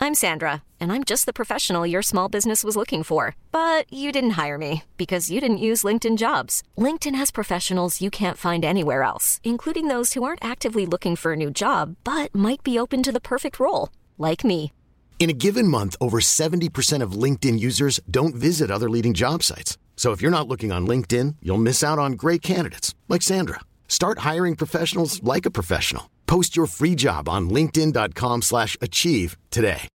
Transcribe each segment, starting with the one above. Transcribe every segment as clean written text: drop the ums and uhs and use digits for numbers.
I'm Sandra, and I'm just the professional your small business was looking for. But you didn't hire me because you didn't use LinkedIn Jobs. LinkedIn has professionals you can't find anywhere else, including those who aren't actively looking for a new job, but might be open to the perfect role, like me. In a given month, over 70% of LinkedIn users don't visit other leading job sites. So if you're not looking on LinkedIn, you'll miss out on great candidates like Sandra. Start hiring professionals like a professional. Post your free job on linkedin.com/achieve today.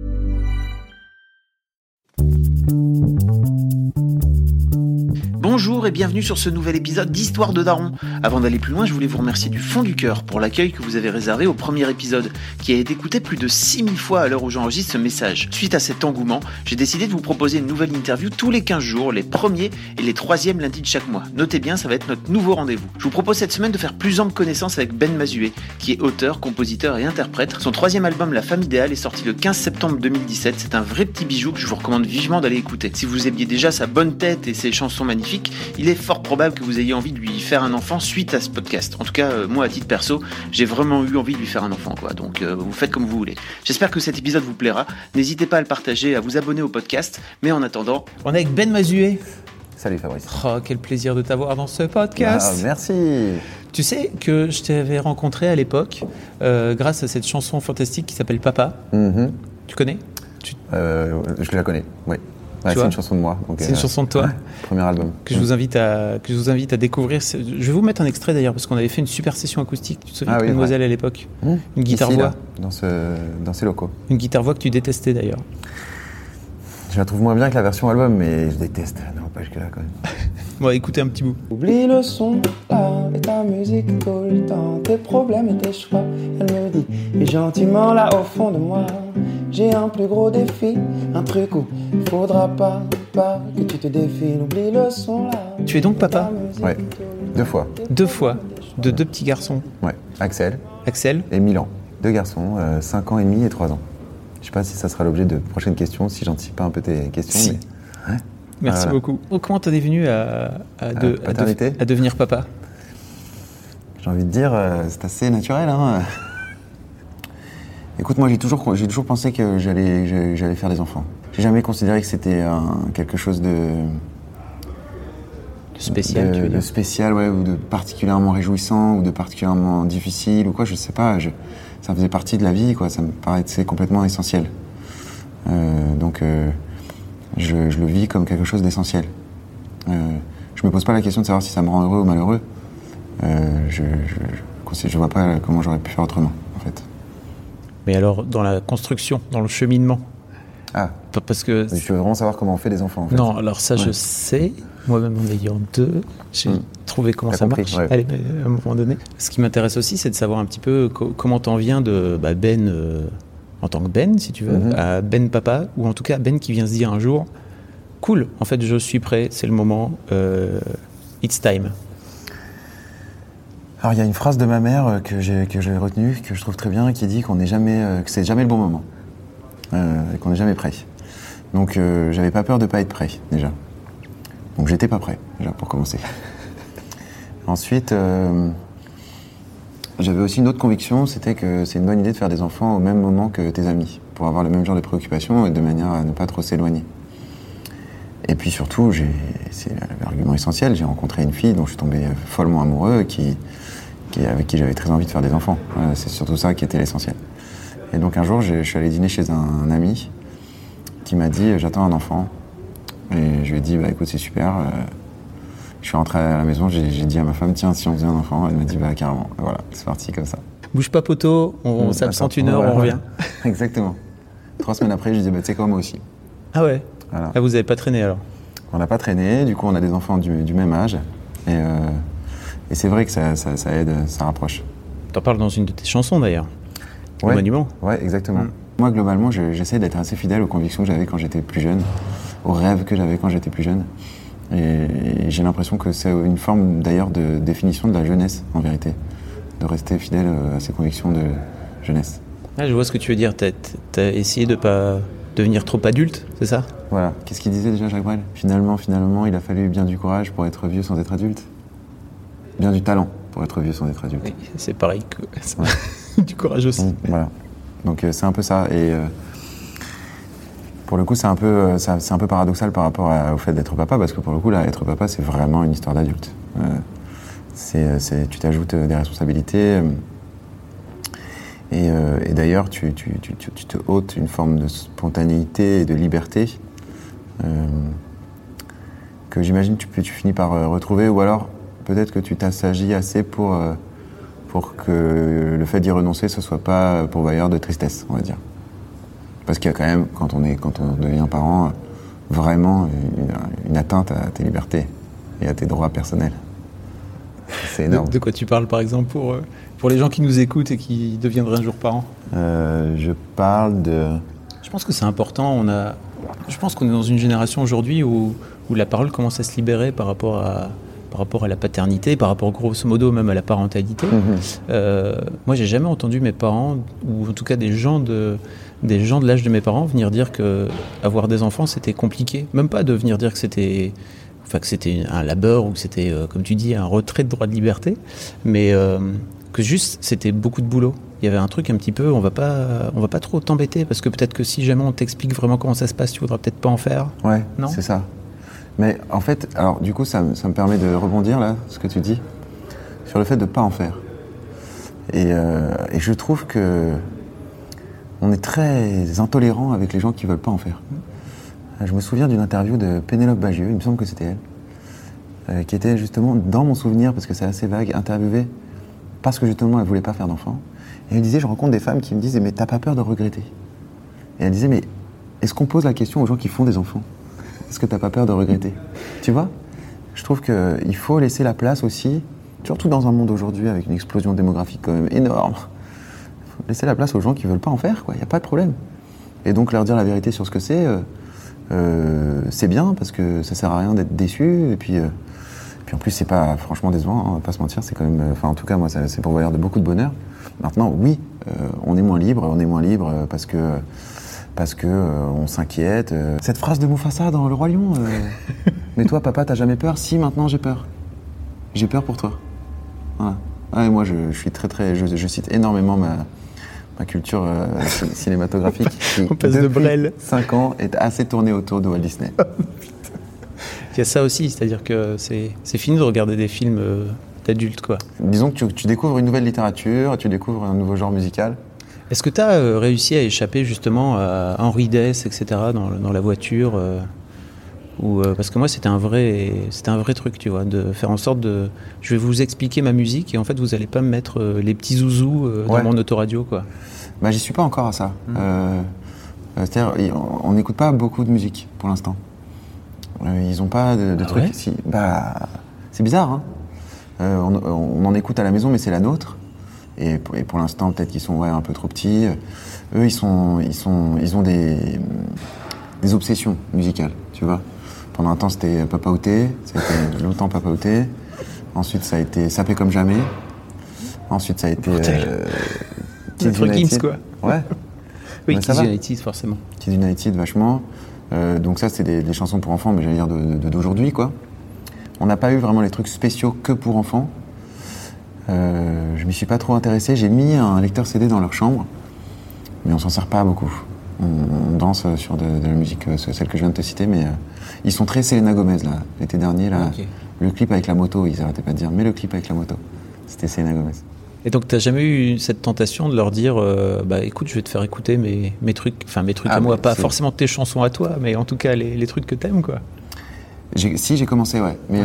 Bonjour et bienvenue sur ce nouvel épisode d'Histoire de Daron. Avant d'aller plus loin, je voulais vous remercier du fond du cœur pour l'accueil que vous avez réservé au premier épisode, qui a été écouté plus de 6000 fois à l'heure où j'enregistre ce message. Suite à cet engouement, j'ai décidé de vous proposer une nouvelle interview tous les 15 jours, les premiers et les troisièmes lundis de chaque mois. Notez bien, ça va être notre nouveau rendez-vous. Je vous propose cette semaine de faire plus ample connaissance avec Ben Mazué, qui est auteur, compositeur et interprète. Son troisième album, La Femme Idéale, est sorti le 15 septembre 2017. C'est un vrai petit bijou que je vous recommande vivement d'aller écouter. Si vous aimiez déjà sa bonne tête et ses chansons magnifiques, il est fort probable que vous ayez envie de lui faire un enfant suite à ce podcast. En tout cas, moi, à titre perso, j'ai vraiment eu envie de lui faire un enfant, quoi. Donc, vous faites comme vous voulez. J'espère que cet épisode vous plaira. N'hésitez pas à le partager, à vous abonner au podcast. Mais en attendant, on est avec Ben Mazué. Salut Fabrice. Oh, quel plaisir de t'avoir dans ce podcast. Ah, merci. Tu sais que je t'avais rencontré à l'époque grâce à cette chanson fantastique qui s'appelle Papa. Mm-hmm. Tu connais Je la connais, oui. Ouais, c'est une chanson de moi. C'est une chanson de toi. Ouais, premier album. Que je vous invite à découvrir. Je vais vous mettre un extrait d'ailleurs parce qu'on avait fait une super session acoustique. Tu te souviens de Mademoiselle à l'époque. Une guitare-voix. Dans ces locaux. Une guitare-voix que tu détestais d'ailleurs. Je la trouve moins bien que la version album, mais je déteste. Non, pas jusque-là quand même. Bon, écoutez un petit bout. Oublie le son, là, et ta musique tout le temps, tes problèmes et tes choix. Elle me dit, et gentiment là au fond de moi, j'ai un plus gros défi, un truc où faudra pas que tu te défiles. Oublie le son, là. Tu es donc papa ? Ouais, 2 fois. 2 fois, de 2 petits garçons. Ouais, Axel et Milan. 2 garçons, 5 ans et demi et 3 ans. Je sais pas si ça sera l'objet de prochaines questions, si j'anticipe pas un peu tes questions. Si. Mais... Ouais. Merci beaucoup. Oh, comment t'en es venu à devenir papa ? J'ai envie de dire, c'est assez naturel. Hein. Écoute, moi j'ai toujours pensé que j'allais faire des enfants. J'ai jamais considéré que c'était quelque chose de spécial, tu veux dire ? De spécial, ouais, ou de particulièrement réjouissant, ou de particulièrement difficile, ou quoi, je sais pas. Ça faisait partie de la vie, quoi. Ça me paraissait complètement essentiel. Donc, je le vis comme quelque chose d'essentiel. Je me pose pas la question de savoir si ça me rend heureux ou malheureux. Je vois pas comment j'aurais pu faire autrement, en fait. Mais alors, dans la construction, dans le cheminement. Ah. Parce que. Je veux vraiment savoir comment on fait des enfants, en fait. Non, alors ça, je sais. Moi-même, en ayant 2, j'ai trouvé comment ça marche. Ouais. Allez, à un moment donné. Ce qui m'intéresse aussi, c'est de savoir un petit peu comment t'en viens de Ben, en tant que Ben, si tu veux, à Ben papa, ou en tout cas Ben qui vient se dire un jour, cool, en fait, je suis prêt, c'est le moment, it's time. Alors, il y a une phrase de ma mère que j'ai retenue, que je trouve très bien, qui dit que c'est jamais le bon moment, et qu'on n'est jamais prêt. Donc, j'avais pas peur de pas être prêt, déjà. Donc, j'étais pas prêt, déjà, pour commencer. Ensuite, j'avais aussi une autre conviction, c'était que c'est une bonne idée de faire des enfants au même moment que tes amis, pour avoir le même genre de préoccupations et de manière à ne pas trop s'éloigner. Et puis surtout, c'est l'argument essentiel, j'ai rencontré une fille dont je suis tombé follement amoureux, avec qui j'avais très envie de faire des enfants. Voilà, c'est surtout ça qui était l'essentiel. Et donc un jour, je suis allé dîner chez un ami qui m'a dit « j'attends un enfant ». Et je lui ai dit « écoute, c'est super ». Je suis rentré à la maison, j'ai dit à ma femme « tiens, si on faisait un enfant ?» Elle m'a dit « carrément ». Voilà, c'est parti comme ça. Bouge pas poteau, on s'absente une heure, on revient. Exactement. 3 semaines après, je lui ai dit « tu sais quoi, moi aussi ». Ah ouais. Voilà. Ah, vous avez pas traîné alors ? On n'a pas traîné, du coup on a des enfants du même âge. Et c'est vrai que ça aide, ça rapproche. T'en parles dans une de tes chansons d'ailleurs. Ouais. Le monument. Ouais, exactement. Moi globalement, j'essaie d'être assez fidèle aux convictions que j'avais quand j'étais plus jeune, aux rêves que j'avais quand j'étais plus jeune. Et j'ai l'impression que c'est une forme d'ailleurs de définition de la jeunesse en vérité, de rester fidèle à ses convictions de jeunesse. Ah, je vois ce que tu veux dire, t'as essayé de pas devenir trop adulte, c'est ça ? Voilà. Qu'est-ce qu'il disait déjà Jacques Brel ? Finalement, il a fallu bien du courage pour être vieux sans être adulte. Bien du talent pour être vieux sans être adulte. Oui, c'est pareil que du courage aussi. Voilà. Donc c'est un peu ça. Et Pour le coup, c'est un peu paradoxal par rapport au fait d'être papa, parce que pour le coup, là, être papa, c'est vraiment une histoire d'adulte. Tu t'ajoutes des responsabilités. Et d'ailleurs, tu te ôtes une forme de spontanéité et de liberté que j'imagine tu finis par retrouver, ou alors peut-être que tu t'assagis assez pour que le fait d'y renoncer, ce soit pas pourvoyeur de tristesse, on va dire. Parce qu'il y a quand même, quand on devient parent, vraiment une atteinte à tes libertés et à tes droits personnels. C'est énorme. De quoi tu parles, par exemple, pour les gens qui nous écoutent et qui deviendraient un jour parents? Je parle de... Je pense que c'est important. Je pense qu'on est dans une génération aujourd'hui où la parole commence à se libérer par rapport à la paternité, par rapport grosso modo même à la parentalité. Moi, j'ai jamais entendu mes parents, ou en tout cas des gens de l'âge de mes parents, venir dire que avoir des enfants c'était compliqué. Même pas de venir dire que c'était un labeur ou que c'était, comme tu dis, un retrait de droit de liberté, mais que juste c'était beaucoup de boulot. Il y avait un truc un petit peu, on va pas trop t'embêter, parce que peut-être que si jamais on t'explique vraiment comment ça se passe, tu voudras peut-être pas en faire. Ouais, non ? C'est ça. Mais en fait, alors du coup, ça me permet de rebondir là, ce que tu dis, sur le fait de ne pas en faire. Et je trouve que on est très intolérant avec les gens qui ne veulent pas en faire. Je me souviens d'une interview de Pénélope Bagieux, il me semble que c'était elle, qui était justement, dans mon souvenir, parce que c'est assez vague, interviewée parce que justement elle ne voulait pas faire d'enfant. Et elle disait, je rencontre des femmes qui me disent, mais t'as pas peur de regretter? Et elle disait, mais est-ce qu'on pose la question aux gens qui font des enfants? Est-ce que t'as pas peur de regretter? Tu vois? Je trouve qu'il faut laisser la place aussi, surtout dans un monde aujourd'hui avec une explosion démographique quand même énorme, faut laisser la place aux gens qui veulent pas en faire, quoi. Y a pas de problème. Et donc leur dire la vérité sur ce que c'est bien, parce que ça sert à rien d'être déçu, et puis en plus c'est pas franchement décevant, hein, on va pas se mentir, c'est quand même, en tout cas moi c'est pourvoyeur de beaucoup de bonheur. Maintenant oui, on est moins libre parce que on s'inquiète. Cette phrase de Mufasa dans Le Roi Lion, mais toi papa t'as jamais peur? Si, maintenant j'ai peur. J'ai peur pour toi. Voilà. Ouais, moi je suis je cite énormément ma culture cinématographique qui, on passe de Brel. 5 ans, est assez tournée autour de Walt Disney. Il y a ça aussi, c'est-à-dire que c'est fini de regarder des films d'adultes, quoi. Disons que tu découvres une nouvelle littérature, tu découvres un nouveau genre musical. Est-ce que tu as réussi à échapper justement à Henri Dess, etc., dans la voiture parce que moi c'était un vrai truc, tu vois, de faire en sorte de... Je vais vous expliquer ma musique et en fait vous allez pas me mettre les petits zouzous dans mon autoradio, quoi. Bah j'y suis pas encore à ça. C'est-à-dire on n'écoute pas beaucoup de musique pour l'instant. Ils ont pas de trucs... Ouais, si, bah, c'est bizarre, hein. On en écoute à la maison, mais c'est la nôtre. Et pour l'instant, peut-être qu'ils sont un peu trop petits. Eux, ils ont des obsessions musicales, tu vois. Pendant un temps, c'était Papa Outé, ça a été longtemps Papa Outé. Ensuite, ça a été Sapé comme jamais. Ensuite, ça a été Kids United, quoi. Ouais. Oui, Kids United, forcément. Kids United, vachement. Donc ça, c'est des chansons pour enfants, mais j'allais dire d'aujourd'hui, quoi. On n'a pas eu vraiment les trucs spéciaux que pour enfants. Je m'y suis pas trop intéressé. J'ai mis un lecteur CD dans leur chambre, mais on s'en sert pas beaucoup. On danse sur de la musique, celle que je viens de te citer, mais ils sont très Selena Gomez, là. L'été dernier, là, okay. Le clip avec la moto, ils arrêtaient pas de dire, mais le clip avec la moto, c'était Selena Gomez. Et donc, t'as jamais eu cette tentation de leur dire, écoute, je vais te faire écouter mes trucs à moi, pas forcément tes chansons à toi, mais en tout cas les trucs que t'aimes, quoi. J'ai commencé, ouais. Mais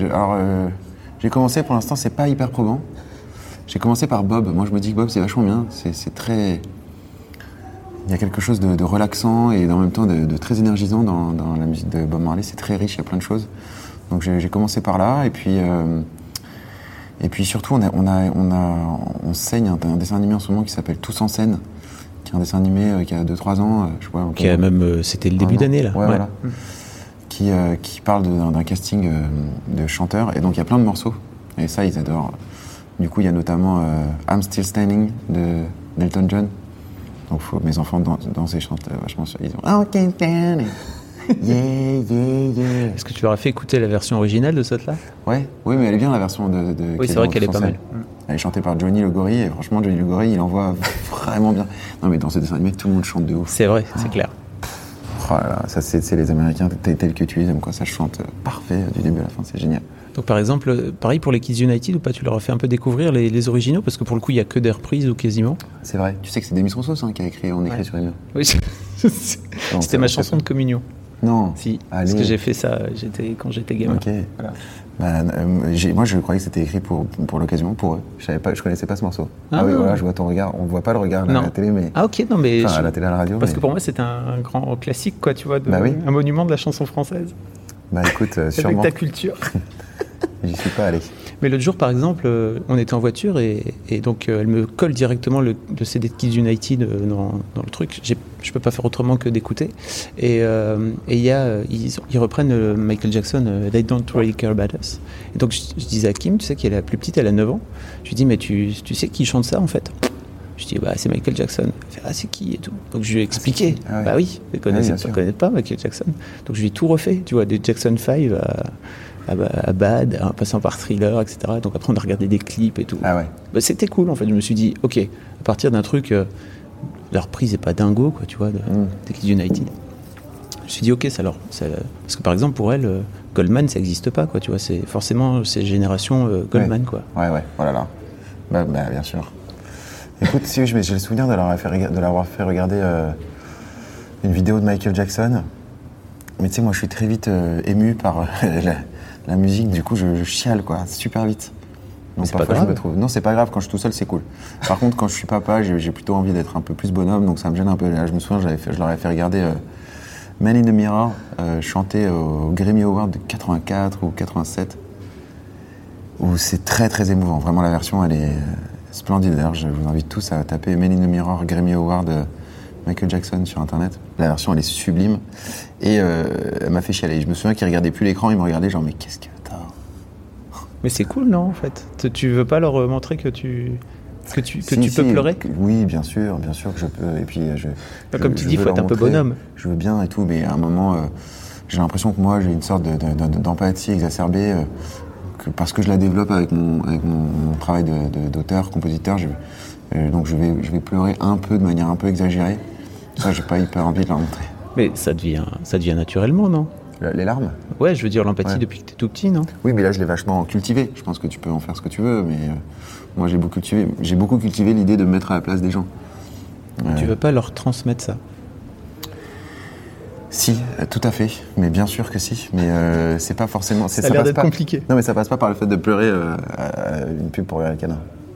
j'ai commencé, pour l'instant, c'est pas hyper probant. J'ai commencé par Bob. Moi, je me dis que Bob, c'est vachement bien. C'est très... Il y a quelque chose de relaxant et en même temps de très énergisant dans la musique de Bob Marley. C'est très riche, il y a plein de choses. Donc j'ai commencé par là. Et puis surtout, on saigne un dessin animé en ce moment qui s'appelle Tous en scène, qui est un dessin animé qui a 2-3 ans. Je crois, qui a même... c'était le début d'année, là. Ouais. Voilà. Qui parle d'un casting de chanteurs. Et donc, il y a plein de morceaux. Et ça, ils adorent. Du coup, il y a notamment I'm Still Standing d'Elton John. Donc, mes enfants dansent et chantent vachement sur. Ils ont OK, standing. Yeah, yeah, yeah. Est-ce que tu leur as fait écouter la version originale de cette là? Oui, mais elle est bien, la version de oui, c'est vrai qu'elle est pas mal. Elle est chantée par Johnny Le Gorille. Et franchement, Johnny Le Gorille, il envoie vraiment bien. Non, mais dans ce dessin animé, tout le monde chante de ouf. C'est vrai, c'est clair. Oh là là, ça c'est les Américains tel que tu es, comme quoi ça chante parfait du début à la fin, c'est génial. Donc par exemple, pareil pour les Kids United ou pas, tu leur as fait un peu découvrir les originaux, parce que pour le coup il n'y a que des reprises ou quasiment. C'est vrai, tu sais que c'est Demis Roussos qui a écrit sur les murs. Oui, c'était ma chanson de communion. Non. Si, allez. parce que j'ai fait ça quand j'étais gamin. Ok. Voilà. Moi je croyais que c'était écrit pour l'occasion, pour eux. Je connaissais pas ce morceau. Ah oui, voilà, je vois ton regard. On voit pas le regard à la télé, mais. Ah ok, non mais. Enfin, à la télé, à la radio. Parce que pour moi c'était un grand classique, quoi, tu vois, oui. un monument de la chanson française. Bah écoute, sûrement. Avec ta culture. J'y suis pas allé. Mais l'autre jour, par exemple, on était en voiture et donc elle me colle directement le CD de Kids United dans le truc. Je peux pas faire autrement que d'écouter. Et ils reprennent Michael Jackson, They Don't Really Care About Us. Et donc je disais à Kim, tu sais qu'elle est la plus petite, elle a 9 ans. Je lui dis, mais tu sais qui chante ça en fait? Je dis, bah c'est Michael Jackson. Elle fait, ah c'est qui et tout. Donc je lui ai expliqué. Ah ouais. Bah oui, elle connaît pas Michael Jackson. Donc je lui ai tout refait, tu vois, des Jackson 5 à Bad, en passant par Thriller, etc. Donc après on a regardé des clips et tout. Ah ouais. Bah, c'était cool en fait. Je me suis dit, ok, à partir d'un truc, la reprise est pas dingo, quoi, tu vois, des Kids United. Je me suis dit, ok, parce que par exemple pour elle, Goldman ça n'existe pas, quoi, tu vois, c'est forcément ces générations Goldman, quoi. Ouais, voilà. Bah bien sûr. Écoute, si j'ai le souvenir de l'avoir fait regarder une vidéo de Michael Jackson. Mais tu sais, moi je suis très vite ému par la musique, du coup je chiale, quoi, super vite. Donc c'est parfois pas grave. Je me trouve. Non, c'est pas grave, quand je suis tout seul c'est cool. Par contre, quand je suis papa, j'ai plutôt envie d'être un peu plus bonhomme, donc ça me gêne un peu. Là, je me souviens, je leur avais fait regarder Man in the Mirror, chanté au Grammy Award de 84 ou 87, où c'est très très émouvant. Vraiment, la version elle est splendide. D'ailleurs, je vous invite tous à taper Man in the Mirror Grammy Award Michael Jackson sur internet. La version elle est sublime et elle m'a fait chialer. Je me souviens qu'il regardait plus l'écran, il me regardait genre mais qu'est-ce que t'as? Mais c'est cool, non, en fait? Tu veux pas leur montrer que tu peux pleurer? Oui, bien sûr que je peux. Et puis comme tu dis, il faut être un peu bonhomme. Je veux bien et tout, mais à un moment j'ai l'impression que moi j'ai une sorte d'empathie exacerbée parce que je la développe avec mon travail d'auteur, compositeur. Donc je vais pleurer un peu de manière un peu exagérée. Ça, j'ai pas hyper envie de leur montrer. Mais ça devient naturellement, non? Les larmes? Ouais, je veux dire l'empathie depuis que t'es tout petit, non? Oui, mais là je l'ai vachement cultivé. Je pense que tu peux en faire ce que tu veux, mais moi j'ai beaucoup cultivé l'idée de me mettre à la place des gens. Tu veux pas leur transmettre ça? Si, tout à fait. Mais bien sûr que si. Mais c'est pas forcément. Ça a l'air d'être compliqué. Non, mais ça passe pas par le fait de pleurer une pub pour Rihanna.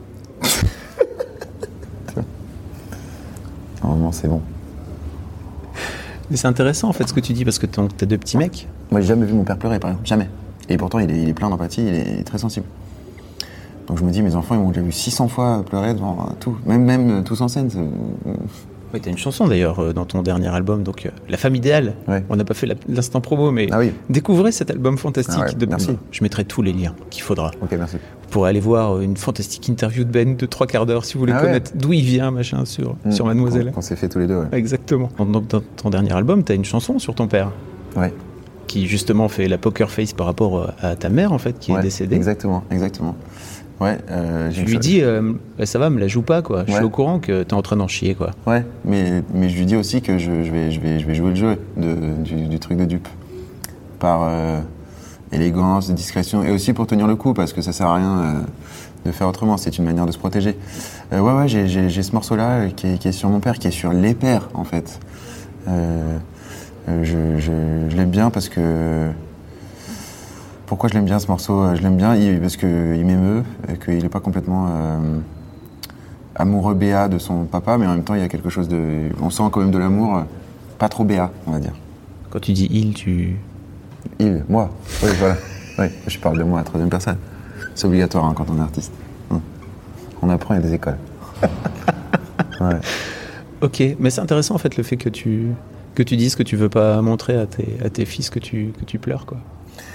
Normalement, c'est bon. Mais c'est intéressant en fait ce que tu dis parce que t'as 2 petits mecs. Moi, j'ai jamais vu mon père pleurer, par exemple. Jamais. Et pourtant, il est plein d'empathie, il est très sensible. Donc je me dis, mes enfants, ils m'ont déjà vu 600 fois pleurer devant tout. Même tous en scène. Oui, t'as une chanson d'ailleurs dans ton dernier album, donc La Femme Idéale. Ouais. On n'a pas fait l'instant promo, mais découvrez cet album fantastique. Merci. Je mettrai tous les liens qu'il faudra. Ok, merci. Vous pourrez aller voir une fantastique interview de Ben de 3 quarts d'heure si vous voulez connaître d'où il vient, machin, sur Mademoiselle. Qu'on s'est fait tous les deux, ouais. Exactement. Donc dans ton dernier album, t'as une chanson sur ton père. Ouais. Qui justement fait la poker face par rapport à ta mère en fait, qui est décédée. Exactement. Ouais, je lui dis, ça va, me la joue pas, quoi. Je suis au courant que t'es en train d'en chier, quoi. Ouais, mais je lui dis aussi que je vais jouer le jeu du truc de dupe. Par élégance, discrétion, et aussi pour tenir le coup, parce que ça sert à rien de faire autrement, c'est une manière de se protéger. Ouais, j'ai ce morceau-là qui est sur mon père, qui est sur les pères, en fait. Je l'aime bien parce que... Pourquoi je l'aime bien ce morceau? Je l'aime bien parce qu'il m'émeut, et qu'il n'est pas complètement amoureux béat de son papa, mais en même temps il y a quelque chose de... On sent quand même de l'amour pas trop béat, on va dire. Quand tu dis il, Il, moi. Oui, voilà. Oui, je parle de moi à 3e personne. C'est obligatoire quand on est artiste. On apprend, il y a des écoles. Ouais. Ok, mais c'est intéressant en fait le fait que tu dises que tu veux pas montrer à tes fils que tu pleures, quoi.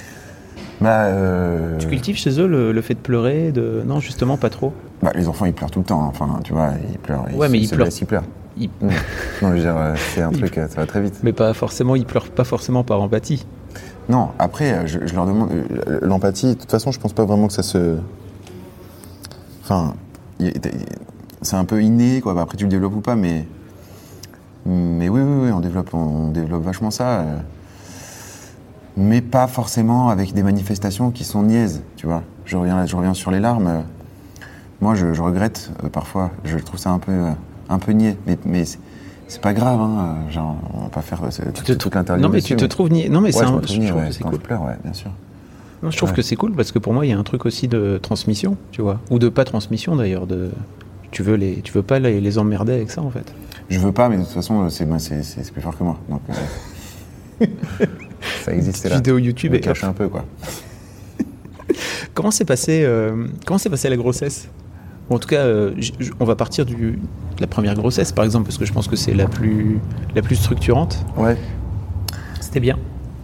Tu cultives chez eux le fait de pleurer, non, justement pas trop. Les enfants ils pleurent tout le temps, enfin tu vois, ils pleurent. Ouais, mais ils pleurent. Ils pleurent. Non, je veux dire, c'est un truc, ça va très vite. Mais ils pleurent pas forcément par empathie. Non, après je leur demande l'empathie. De toute façon, je pense pas vraiment que ça se. Enfin, c'est un peu inné, quoi. Après tu le développes ou pas, mais Mais oui, on développe vachement ça. Mais pas forcément avec des manifestations qui sont niaises, tu vois. Je reviens sur les larmes. Moi, je regrette parfois. Je trouve ça un peu niais. Mais c'est pas grave, hein. Genre, on va pas faire toute l'interview. Non, mais tu te trouves niais. Non, mais je trouve que c'est cool. Je pleure, bien sûr. Non, je trouve que c'est cool parce que pour moi, il y a un truc aussi de transmission, tu vois. Ou de pas transmission d'ailleurs. Tu veux pas les emmerder avec ça, en fait. Je veux pas, mais de toute façon, c'est plus fort que moi. Donc, ça existe là. Vidéo YouTube et cache un peu, quoi. Comment s'est passée la grossesse? Bon, en tout cas, on va partir de la première grossesse, par exemple, parce que je pense que c'est la plus structurante. Ouais. C'était bien.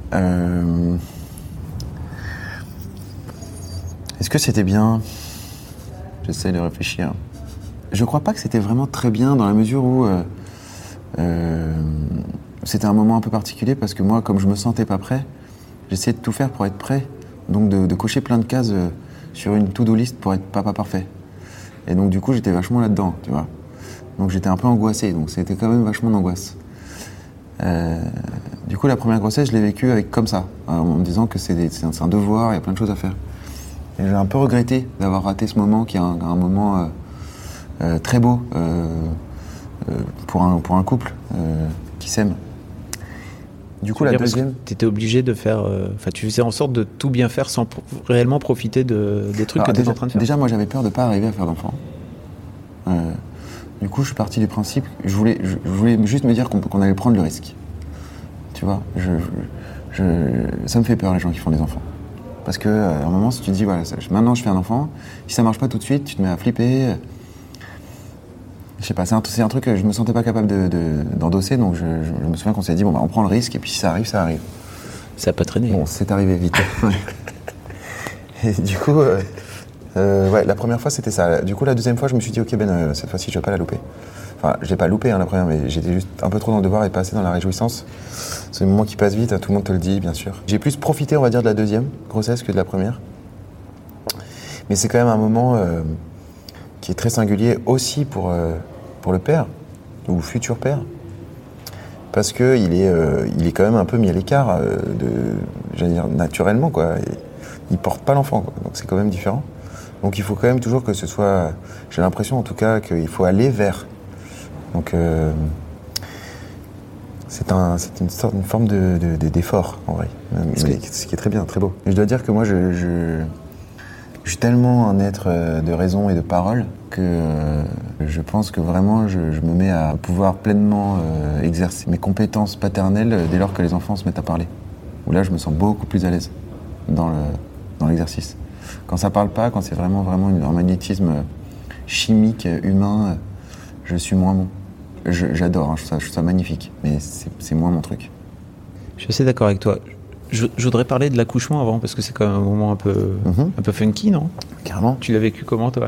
Est-ce que c'était bien? J'essaie de réfléchir. Je crois pas que c'était vraiment très bien dans la mesure où c'était un moment un peu particulier parce que moi, comme je me sentais pas prêt, j'essayais de tout faire pour être prêt. Donc de cocher plein de cases sur une to-do list pour être papa parfait. Et donc du coup, j'étais vachement là-dedans, tu vois. Donc j'étais un peu angoissé, donc c'était quand même vachement d'angoisse. Du coup, la première grossesse, je l'ai vécue comme ça, en me disant que c'est un devoir, il y a plein de choses à faire. Et j'ai un peu regretté d'avoir raté ce moment qui est un moment très beau pour un couple qui s'aime. Du coup, la deuxième... Tu étais obligé de faire... tu faisais en sorte de tout bien faire sans réellement profiter des trucs que tu étais en train de faire. Déjà, moi, j'avais peur de ne pas arriver à faire d'enfant. Du coup, je suis parti du principe... Je voulais juste me dire qu'on allait prendre le risque. Tu vois, ça me fait peur, les gens qui font des enfants. Parce qu'à un moment, si tu te dis, voilà, maintenant je fais un enfant, si ça ne marche pas tout de suite, tu te mets à flipper... Je sais pas, c'est un truc que je me sentais pas capable d'endosser, donc je me souviens qu'on s'est dit, bon, on prend le risque, et puis si ça arrive, ça arrive. Ça a pas traîné. Bon, c'est arrivé vite. Et du coup, la première fois, c'était ça. Du coup, la deuxième fois, je me suis dit, ok, cette fois-ci, je vais pas la louper. Enfin, je l'ai pas loupé, la première, mais j'étais juste un peu trop dans le devoir et pas assez dans la réjouissance. C'est un moment qui passe vite, tout le monde te le dit, bien sûr. J'ai plus profité, on va dire, de la deuxième grossesse que de la première. Mais c'est quand même un moment qui est très singulier aussi pour le père, ou futur père, parce qu'il est quand même un peu mis à l'écart, j'allais dire naturellement, quoi. Il porte pas l'enfant, quoi. Donc c'est quand même différent. Donc il faut quand même toujours que ce soit, j'ai l'impression en tout cas, qu'il faut aller vers. Donc c'est une forme d'effort, en vrai, ce qui est très bien, très beau. Et je dois dire que moi, je suis tellement un être de raison et de parole que je pense que vraiment je me mets à pouvoir pleinement exercer mes compétences paternelles dès lors que les enfants se mettent à parler. Où là, je me sens beaucoup plus à l'aise dans l'exercice. Quand ça parle pas, quand c'est vraiment un magnétisme chimique, humain, je suis moins bon. J'adore, hein, je trouve ça magnifique, mais c'est moins mon truc. Je suis assez d'accord avec toi. Je voudrais parler de l'accouchement avant, parce que c'est quand même un moment un peu funky, non? Carrément. Tu l'as vécu comment, toi?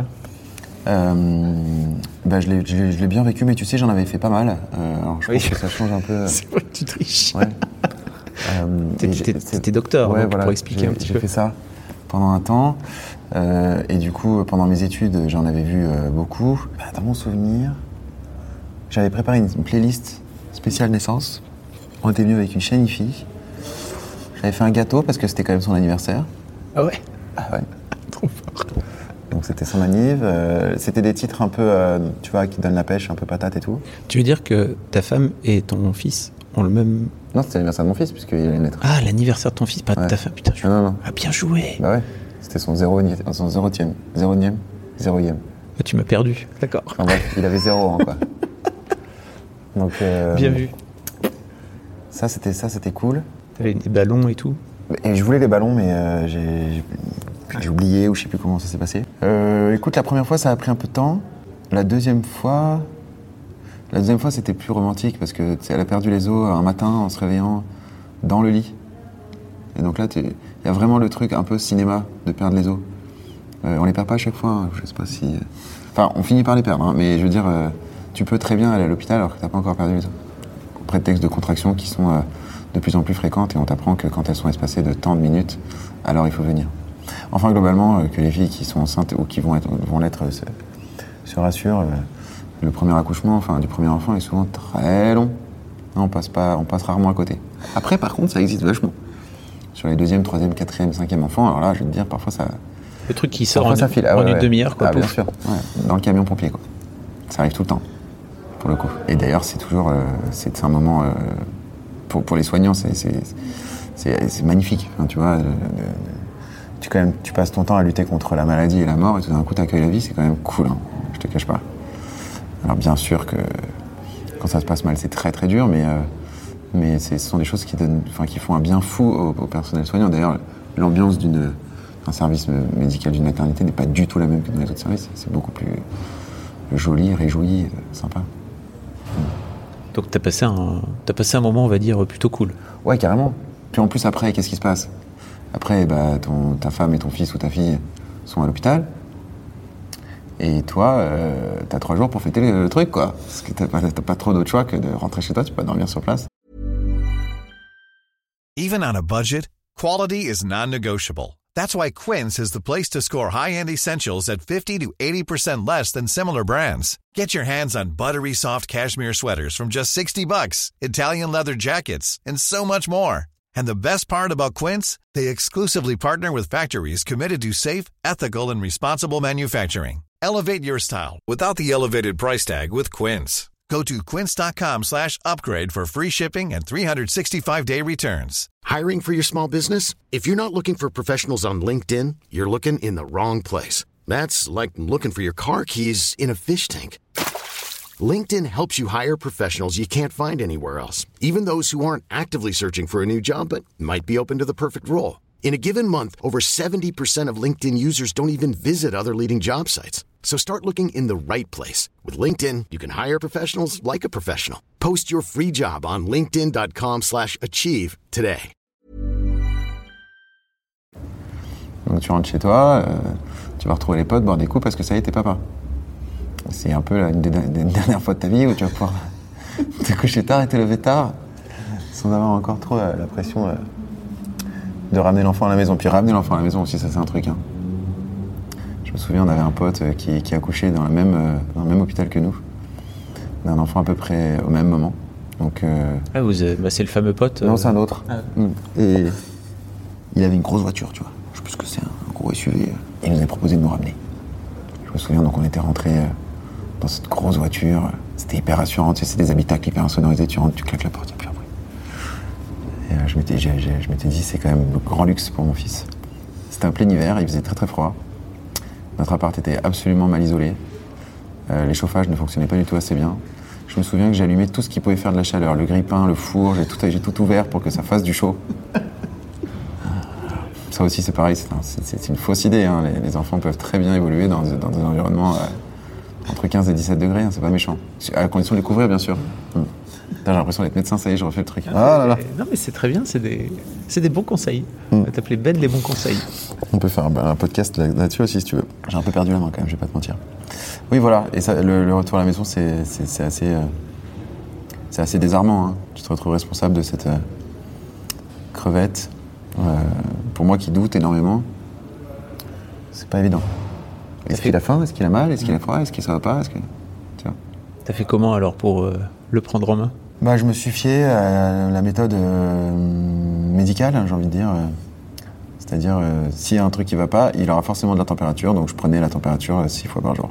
Je l'ai bien vécu, mais tu sais, j'en avais fait pas mal. Alors je pense que ça change un peu. C'est vrai que tu triches. Ouais. T'étais docteur, ouais, donc voilà, pour expliquer un petit peu. J'ai fait ça pendant un temps. Et du coup, pendant mes études, j'en avais vu beaucoup. Dans mon souvenir, j'avais préparé une playlist spéciale naissance. On était venu avec une chaîne IFI. J'avais fait un gâteau parce que c'était quand même son anniversaire. Ah ouais? Ah ouais. Trop fort. Donc c'était son anniv. C'était des titres un peu, tu vois, qui donnent la pêche, un peu patate et tout. Tu veux dire que ta femme et ton fils ont le même... Non, c'était l'anniversaire de mon fils, puisqu'il allait naître. Ah, l'anniversaire de ton fils, pas de ta femme. Putain, non. Ah, bien joué. Bah ouais, c'était son zéroième. Ah, tu m'as perdu, d'accord. Enfin bref, il avait 0 ans, quoi. Donc, bien vu. Ça, c'était cool. T'avais des ballons et tout. Et je voulais les ballons, mais j'ai oublié, ou je sais plus comment ça s'est passé. Écoute, la première fois, ça a pris un peu de temps. La deuxième fois, c'était plus romantique, parce que elle a perdu les os un matin en se réveillant dans le lit. Et donc là, il y a vraiment le truc un peu cinéma de perdre les os. On les perd pas à chaque fois, hein, je sais pas si... Enfin, on finit par les perdre, hein, mais je veux dire, tu peux très bien aller à l'hôpital alors que t'as pas encore perdu les os. Au prétexte de contractions qui sont de plus en plus fréquentes, et on t'apprend que quand elles sont espacées de tant de minutes, alors il faut venir. Enfin, globalement, que les filles qui sont enceintes ou qui vont l'être se rassurent. Le premier accouchement, du premier enfant est souvent très long. Non, on passe rarement à côté. Après, par contre, ça existe vachement. Sur les 2e, 3e, 4e, 5e enfants, alors là, je vais te dire, parfois ça... Le truc qui sort parfois, ça file. en une demi-heure, quoi. Ah, bien sûr. Ouais. Dans le camion pompier, quoi. Ça arrive tout le temps, pour le coup. Et d'ailleurs, c'est toujours... c'est un moment... pour les soignants, c'est magnifique. Enfin, tu vois, tu passes ton temps à lutter contre la maladie et la mort, et tout d'un coup, t'accueilles la vie, c'est quand même cool, hein. Je te cache pas. Alors bien sûr que quand ça se passe mal, c'est très très dur, mais ce sont des choses qui font un bien fou au personnel soignant. D'ailleurs, l'ambiance d'un service médical d'une maternité n'est pas du tout la même que dans les autres services. C'est beaucoup plus joli, réjoui, sympa. Donc t'as passé un moment, on va dire, plutôt cool. Ouais, carrément. Puis en plus, après, qu'est-ce qui se passe ? Après, ta femme et ton fils ou ta fille sont à l'hôpital. Et toi, t'as 3 jours pour fêter le truc, quoi. Parce que t'as pas trop d'autre choix que de rentrer chez toi, tu peux pas dormir sur place. Even on a budget, quality is non-negotiable. That's why Quince is the place to score high-end essentials at 50 to 80% less than similar brands. Get your hands on buttery soft cashmere sweaters from just $60, Italian leather jackets, and so much more. And the best part about Quince, they exclusively partner with factories committed to safe, ethical, and responsible manufacturing. Elevate your style without the elevated price tag with Quince. Go to quince.com/upgrade for free shipping and 365-day returns. Hiring for your small business? If you're not looking for professionals on LinkedIn, you're looking in the wrong place. That's like looking for your car keys in a fish tank. LinkedIn helps you hire professionals you can't find anywhere else, even those who aren't actively searching for a new job but might be open to the perfect role. In a given month, over 70% of LinkedIn users don't even visit other leading job sites. So start looking in the right place. With LinkedIn, you can hire professionals like a professional. Post your free job on linkedin.com/achieve today. Donc tu rentres chez toi, tu vas retrouver les potes, boire des coups parce que ça y est, t'es papa. C'est un peu une des dernières fois de ta vie où tu vas pouvoir te coucher tard et te lever tard sans avoir encore trop la pression de ramener l'enfant à la maison. Puis ramener l'enfant à la maison aussi, ça c'est un truc, hein. Je me souviens, on avait un pote qui a accouché dans le même hôpital que nous, d'un enfant à peu près au même moment. Donc, c'est le fameux pote. Non, c'est un autre. Et il avait une grosse voiture, tu vois. Je sais plus ce que c'est, un gros SUV. Il nous avait proposé de nous ramener. Je me souviens, donc on était rentrés dans cette grosse voiture. C'était hyper rassurant, tu sais, c'est des habitacles hyper insonorisés. Tu rentres, tu claques la porte, il n'y a plus un bruit. Et je m'étais dit, c'est quand même le grand luxe pour mon fils. C'était en plein hiver, il faisait très très froid. Notre appart était absolument mal isolé. Les chauffages ne fonctionnaient pas du tout assez bien. Je me souviens que j'allumais tout ce qui pouvait faire de la chaleur. Le grille-pain, le four, j'ai tout ouvert pour que ça fasse du chaud. Ça aussi, c'est pareil, c'est une fausse idée, hein. Les enfants peuvent très bien évoluer dans des environnements entre 15 et 17 degrés, hein, c'est pas méchant. À la condition de les couvrir, bien sûr. J'ai l'impression d'être médecin, ça y est, je refais le truc. Non, mais c'est très bien, c'est des bons conseils. On va t'appeler Ben les bons conseils. On peut faire un podcast là-dessus aussi, si tu veux. J'ai un peu perdu la main quand même, je vais pas te mentir. Oui, voilà, et ça, le retour à la maison, c'est assez désarmant, hein. Tu te retrouves responsable de cette crevette. Pour moi qui doute énormément, c'est pas évident. Est-ce qu'il a faim ? Est-ce qu'il a mal ? Est-ce qu'il a froid ? Est-ce que ça va pas ? Tu vois ? T'as fait comment alors pour le prendre en main ? Je me suis fié à la méthode médicale, j'ai envie de dire. C'est-à-dire, s'il y a un truc qui va pas, il aura forcément de la température, donc je prenais la température 6 fois par jour.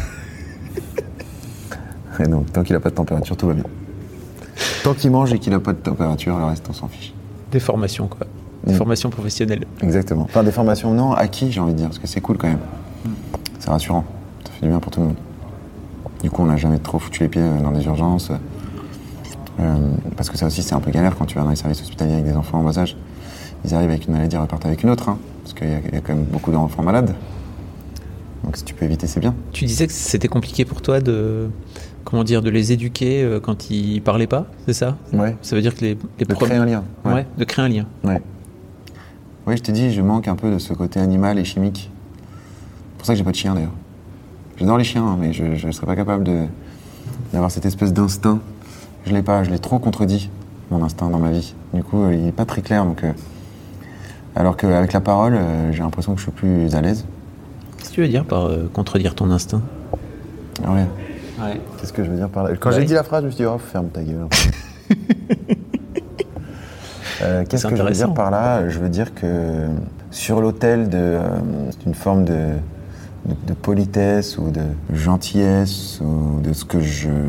Et donc, tant qu'il a pas de température, tout va bien. Tant qu'il mange et qu'il a pas de température, le reste, on s'en fiche. Des formations, quoi. Des formations professionnelles. Exactement. Enfin, des formations, non, acquis, j'ai envie de dire, parce que c'est cool quand même. C'est rassurant. Ça fait du bien pour tout le monde. Du coup, on n'a jamais trop foutu les pieds dans des urgences. Parce que ça aussi, c'est un peu galère quand tu vas dans les services hospitaliers avec des enfants en bas âge. Ils arrivent avec une maladie, ils repartent avec une autre, hein, parce qu'il y a quand même beaucoup d'enfants malades. Donc si tu peux éviter, c'est bien. Tu disais que c'était compliqué pour toi de les éduquer quand ils parlaient pas, c'est ça ? Ouais. Ça veut dire que de créer un lien. Ouais, de créer un lien. Ouais. Oui, je t'ai dit, je manque un peu de ce côté animal et chimique. C'est pour ça que j'ai pas de chien d'ailleurs. J'adore les chiens, hein, mais je ne serais pas capable d'avoir cette espèce d'instinct. Je l'ai pas, je l'ai trop contredit, mon instinct dans ma vie. Du coup, il n'est pas très clair. Donc, alors qu'avec la parole, j'ai l'impression que je suis plus à l'aise. Qu'est-ce que tu veux dire par contredire ton instinct ? Ouais. Qu'est-ce que je veux dire par là ? Quand j'ai dit la phrase, je me suis dit, oh, ferme ta gueule. Qu'est-ce que je veux dire par là ? Je veux dire que sur l'autel d'une forme de politesse ou de gentillesse ou de ce que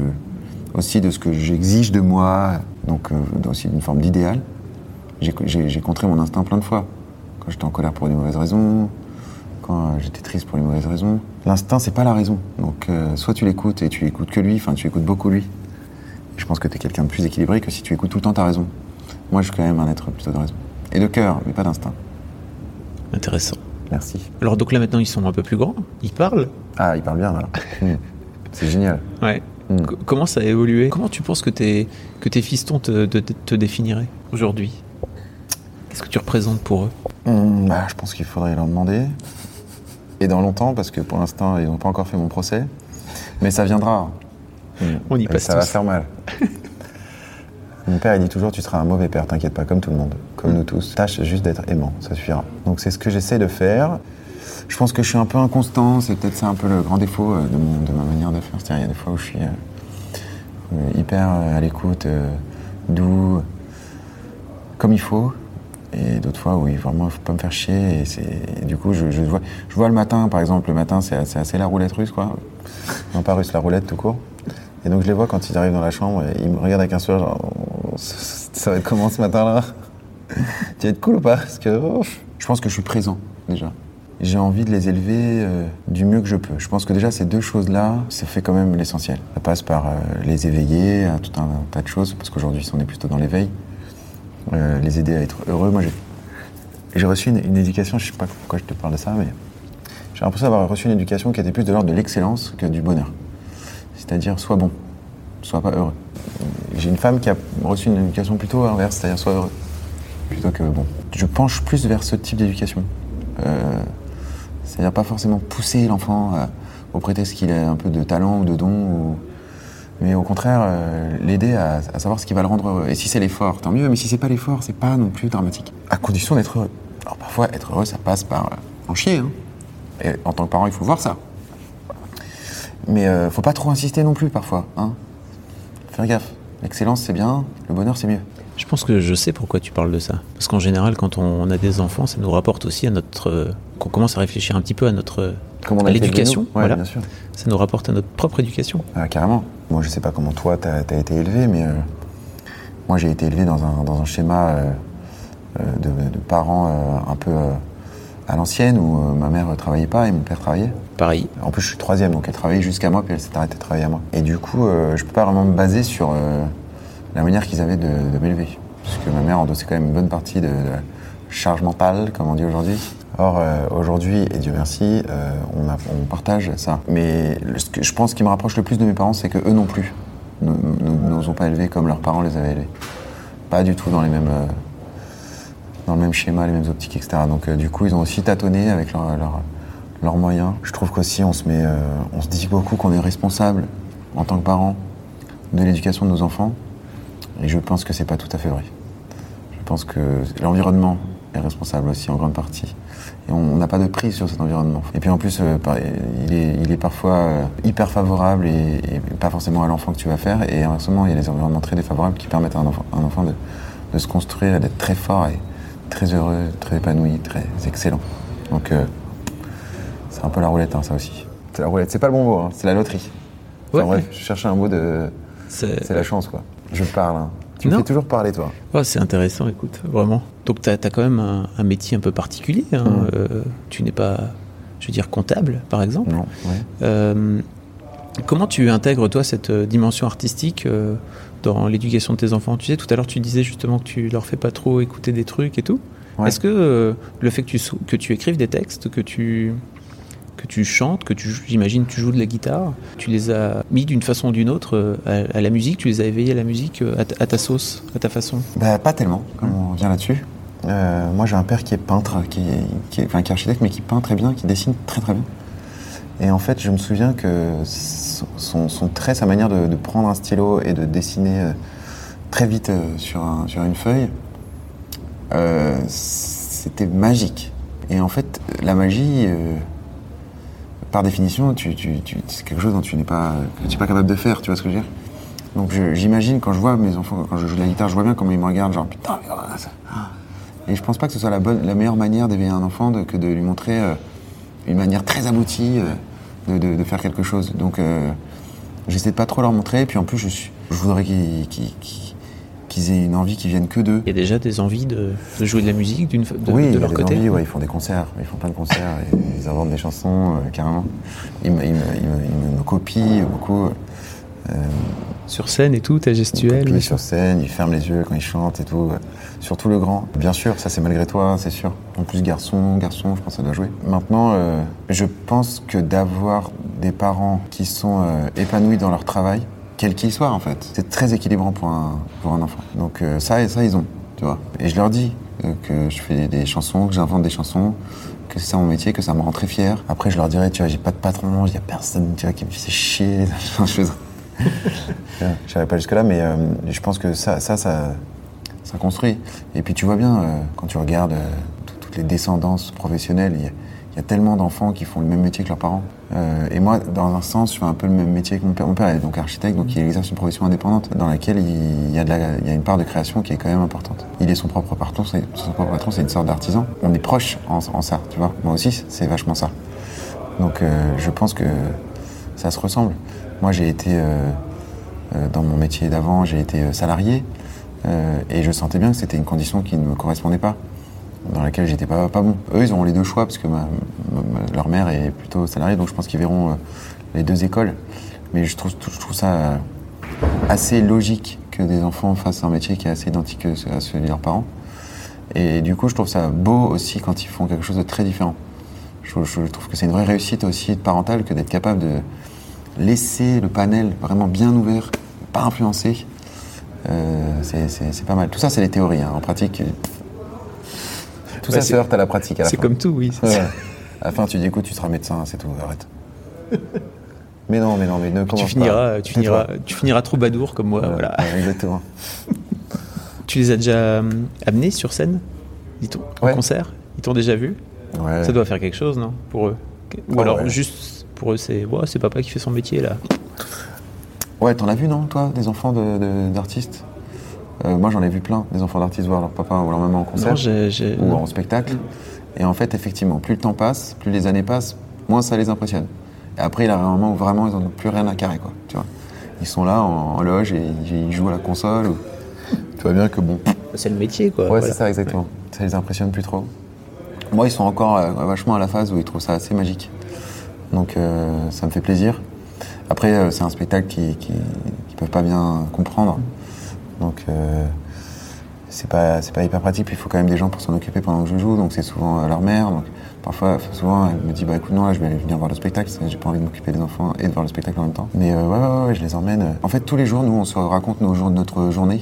j'exige de moi, donc aussi d'une forme d'idéal, j'ai contré mon instinct plein de fois. Quand j'étais en colère pour des mauvaises raisons, quand j'étais triste pour les mauvaises raisons. L'instinct, c'est pas la raison. Donc soit tu l'écoutes et tu écoutes que lui, enfin tu écoutes beaucoup lui. Je pense que t'es quelqu'un de plus équilibré que si tu écoutes tout le temps ta raison. Moi, je suis quand même un être plutôt de raison. Et de cœur, mais pas d'instinct. Intéressant. Merci. Alors donc là, maintenant, ils sont un peu plus grands. Ils parlent. Ah, ils parlent bien, là. C'est génial. Ouais. Comment ça a évolué ? Comment tu penses que tes fistons te définiraient aujourd'hui ? Qu'est-ce que tu représentes pour eux ? Je pense qu'il faudrait leur demander. Et dans longtemps, parce que pour l'instant, ils n'ont pas encore fait mon procès. Mais ça viendra. On y passe ça va faire mal. Mon père, il dit toujours, tu seras un mauvais père, t'inquiète pas, comme tout le monde, comme nous tous. Tâche juste d'être aimant, ça suffira. Donc c'est ce que j'essaie de faire. Je pense que je suis un peu inconstant, c'est peut-être ça un peu le grand défaut de ma manière de faire. C'est-à-dire, il y a des fois où je suis hyper à l'écoute, doux, comme il faut. Et d'autres fois où vraiment il faut pas me faire chier. Et du coup, je vois le matin, par exemple, le matin, c'est assez la roulette russe, quoi. Non pas russe, la roulette tout court. Et donc je les vois quand ils arrivent dans la chambre, et ils me regardent avec un sourire genre ça va être comment ce matin-là ? Tu vas être cool ou pas ? Parce que je pense que je suis présent déjà. J'ai envie de les élever du mieux que je peux. Je pense que déjà ces deux choses-là, ça fait quand même l'essentiel. Ça passe par les éveiller à tout un tas de choses, parce qu'aujourd'hui on est plutôt dans l'éveil. Les aider à être heureux. Moi j'ai reçu une éducation, je sais pas pourquoi je te parle de ça, mais j'ai l'impression d'avoir reçu une éducation qui était plus de l'ordre de l'excellence que du bonheur. C'est-à-dire, sois bon, sois pas heureux. J'ai une femme qui a reçu une éducation plutôt inverse, c'est-à-dire, sois heureux, plutôt que bon. Je penche plus vers ce type d'éducation. C'est-à-dire pas forcément pousser l'enfant au prétexte qu'il a un peu de talent ou de don, mais au contraire, l'aider à savoir ce qui va le rendre heureux. Et si c'est l'effort, tant mieux, mais si c'est pas l'effort, c'est pas non plus dramatique. À condition d'être heureux. Alors parfois, être heureux, ça passe par en chier, hein. Et en tant que parent, il faut voir ça. Mais faut pas trop insister non plus parfois, hein. Faire gaffe. L'excellence c'est bien, le bonheur c'est mieux. Je pense que je sais pourquoi tu parles de ça. Parce qu'en général, quand on a des enfants, ça nous rapporte aussi à qu'on commence à réfléchir un petit peu à à l'éducation. Ouais, voilà. Bien sûr. Ça nous rapporte à notre propre éducation. Ah, carrément. Moi je sais pas comment toi t'as été élevé, mais moi j'ai été élevé dans un schéma de parents un peu à l'ancienne, où ma mère travaillait pas et mon père travaillait. Pareil. En plus, je suis troisième, donc elle travaillait jusqu'à moi, puis elle s'est arrêtée de travailler à moi. Et du coup, je peux pas vraiment me baser sur la manière qu'ils avaient de m'élever. Parce que ma mère endossait quand même une bonne partie de la charge mentale, comme on dit aujourd'hui. Or, aujourd'hui, et Dieu merci, on partage ça. Mais je pense qui me rapproche le plus de mes parents, c'est que eux non plus nous ont pas élevés comme leurs parents les avaient élevés. Pas du tout dans le même schéma, les mêmes optiques, etc. Donc du coup, ils ont aussi tâtonné avec leurs moyens. Je trouve qu'aussi, on se dit beaucoup qu'on est responsable, en tant que parents, de l'éducation de nos enfants. Et je pense que c'est pas tout à fait vrai. Je pense que l'environnement est responsable aussi, en grande partie. Et on n'a pas de prise sur cet environnement. Et puis en plus, il est parfois hyper favorable et pas forcément à l'enfant que tu vas faire. Et inversement, il y a des environnements très défavorables qui permettent à un enfant de se construire, d'être très fort et très heureux, très épanoui, très excellent. Donc c'est un peu la roulette, hein, ça aussi. C'est la roulette, c'est pas le bon mot, hein, c'est la loterie. Enfin, ouais. Bref, je cherchais un mot de... C'est la chance, quoi. Je parle, hein. Tu me fais toujours parler, toi. Oh, c'est intéressant, écoute, vraiment. Donc t'as quand même un métier un peu particulier, hein. Tu n'es pas, je veux dire, comptable, par exemple. Non, ouais. Comment tu intègres, toi, cette dimension artistique dans l'éducation de tes enfants? Tu sais, tout à l'heure, tu disais justement que tu leur fais pas trop écouter des trucs et tout. Ouais. Est-ce que le fait que tu écrives des textes, que tu chantes, j'imagine tu joues de la guitare, tu les as mis d'une façon ou d'une autre à la musique, tu les as éveillés à la musique à ta sauce, à ta façon? Pas tellement, comme on vient là-dessus. Moi, j'ai un père qui est peintre, qui est architecte, mais qui peint très bien, qui dessine très très bien. Et en fait, je me souviens que son trait, sa manière de prendre un stylo et de dessiner très vite sur une feuille, c'était magique. Et en fait, la magie, par définition, c'est quelque chose dont tu n'es pas capable de faire, tu vois ce que je veux dire ? Donc j'imagine quand je vois mes enfants, quand je joue de la guitare, je vois bien comment ils me regardent, genre putain, mais voilà, ça. Et je pense pas que ce soit la meilleure manière d'éveiller un enfant que de lui montrer une manière très aboutie de faire quelque chose. Donc j'essaie de pas trop leur montrer, et puis en plus je voudrais qu'ils aient une envie qui vienne que d'eux. Il y a déjà des envies de jouer de la musique de leur côté. Oui, ils font des concerts, ils font plein de concerts, ils inventent des chansons carrément. Ils me copient beaucoup. Sur scène et tout, ta gestuelle. Ils sur scène, ils ferment les yeux quand ils chantent et tout. Surtout le grand. Bien sûr, ça c'est malgré toi, c'est sûr. En plus garçon, je pense que ça doit jouer. Maintenant, je pense que d'avoir des parents qui sont épanouis dans leur travail, quel qu'il soit en fait, c'est très équilibrant pour un enfant. Donc ça ils ont, tu vois. Et je leur dis que je fais des chansons, que j'invente des chansons, que c'est ça mon métier, que ça me rend très fier. Après je leur dirais, tu vois, j'ai pas de patron, il y a personne, tu vois, qui me fait chier. Je n'irai pas jusque-là, mais je pense que ça construit. Et puis tu vois bien, quand tu regardes toutes les descendances professionnelles, il y a tellement d'enfants qui font le même métier que leurs parents. Et moi, dans un sens, je fais un peu le même métier que mon père. Mon père est donc architecte, donc il exerce une profession indépendante dans laquelle il y a une part de création qui est quand même importante. Il est son propre patron, c'est une sorte d'artisan. On est proche en ça, tu vois. Moi aussi, c'est vachement ça. Donc je pense que ça se ressemble. Moi, j'ai été, dans mon métier d'avant, j'ai été salarié et je sentais bien que c'était une condition qui ne me correspondait pas, dans laquelle j'étais pas bon. Eux, ils auront les deux choix parce que leur mère est plutôt salariée, donc je pense qu'ils verront les deux écoles. Mais je trouve ça assez logique que des enfants fassent un métier qui est assez identique à celui de leurs parents. Et du coup, je trouve ça beau aussi quand ils font quelque chose de très différent. Je trouve que c'est une vraie réussite aussi parentale que d'être capable de laisser le panel vraiment bien ouvert, pas influencé, c'est pas mal. Tout ça, c'est les théories. En pratique, tout ça se heurte à la pratique à la fin. C'est comme tout, oui. Ouais. À la fin, tu dis, écoute, tu seras médecin, c'est tout, arrête. Mais ne commence pas. Tu finiras troubadour comme moi, voilà. Ouais, exactement. Tu les as déjà amenés sur scène, dit-on, en concert? Ils t'ont déjà vu? Ouais. Ça doit faire quelque chose, non, pour eux? Ou alors juste... Pour eux, c'est papa qui fait son métier, là. Ouais, t'en as vu, non, toi, des enfants d'artistes? Moi, j'en ai vu plein, des enfants d'artistes voir leur papa ou leur maman en concert ou en spectacle. Et en fait, effectivement, plus le temps passe, plus les années passent, moins ça les impressionne. Et après, il y a un moment où vraiment, ils n'en ont plus rien à carrer, quoi. Tu vois, ils sont là en loge et ils jouent à la console. Tu vois bien que bon. C'est le métier, quoi. Ouais, voilà. C'est ça, exactement. Ouais. Ça les impressionne plus trop. Moi, ils sont encore vachement à la phase où ils trouvent ça assez magique. Donc ça me fait plaisir. Après, c'est un spectacle qu'ils peuvent pas bien comprendre. Donc c'est pas hyper pratique. Puis il faut quand même des gens pour s'en occuper pendant que je joue. Donc c'est souvent leur mère. Donc souvent elle me dit bah écoute non là je vais venir voir le spectacle. J'ai pas envie de m'occuper des enfants et de voir le spectacle en même temps. Mais ouais, je les emmène. En fait tous les jours nous on se raconte notre journée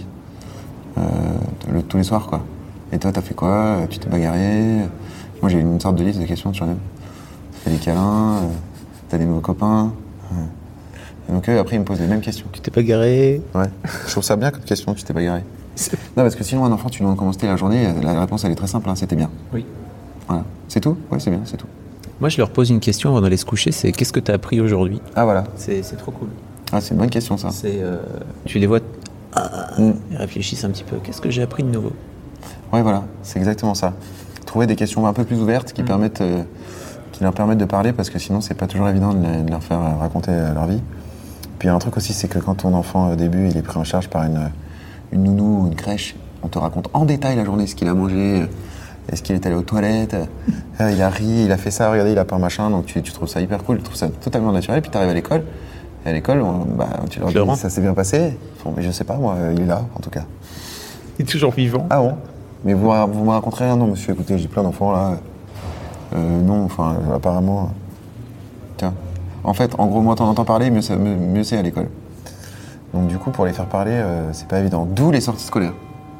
tous les soirs quoi. Et toi t'as fait quoi? Tu t'es bagarré? Moi j'ai une sorte de liste de questions sur eux. T'as des câlins, t'as des nouveaux copains. Et donc après, ils me posent les mêmes questions. Tu t'es pas garé? Ouais. Je trouve ça bien comme question, tu t'es pas garé. Non, parce que sinon, un enfant, tu lui demandes comment c'était la journée, la réponse, elle est très simple, hein, c'était bien. Oui. Voilà. C'est tout? Ouais, c'est bien, c'est tout. Moi, je leur pose une question avant d'aller se coucher, c'est qu'est-ce que t'as appris aujourd'hui? Ah, voilà. C'est trop cool. Ah, c'est une bonne question, ça. Tu les vois, ils réfléchissent un petit peu. Qu'est-ce que j'ai appris de nouveau? Ouais, voilà, c'est exactement ça. Trouver des questions un peu plus ouvertes qui leur permettent de parler parce que sinon c'est pas toujours évident de leur faire raconter leur vie. Puis il y a un truc aussi, c'est que quand ton enfant au début il est pris en charge par une nounou ou une crèche, on te raconte en détail la journée, ce qu'il a mangé, est-ce qu'il est allé aux toilettes, il a ri, il a fait ça, regardez il a pas machin, donc tu trouves ça hyper cool, tu trouves ça totalement naturel, puis tu arrives à l'école, et à l'école tu leur dis ça s'est bien passé, mais je sais pas moi, il est là en tout cas. Il est toujours vivant. Ah bon? Mais vous me raconterez rien? Non monsieur, écoutez, j'ai plein d'enfants là. Non, enfin, apparemment... Tiens. En fait, en gros, moins t'en entends parler, mieux c'est à l'école. Donc du coup, pour les faire parler, c'est pas évident. D'où les sorties scolaires.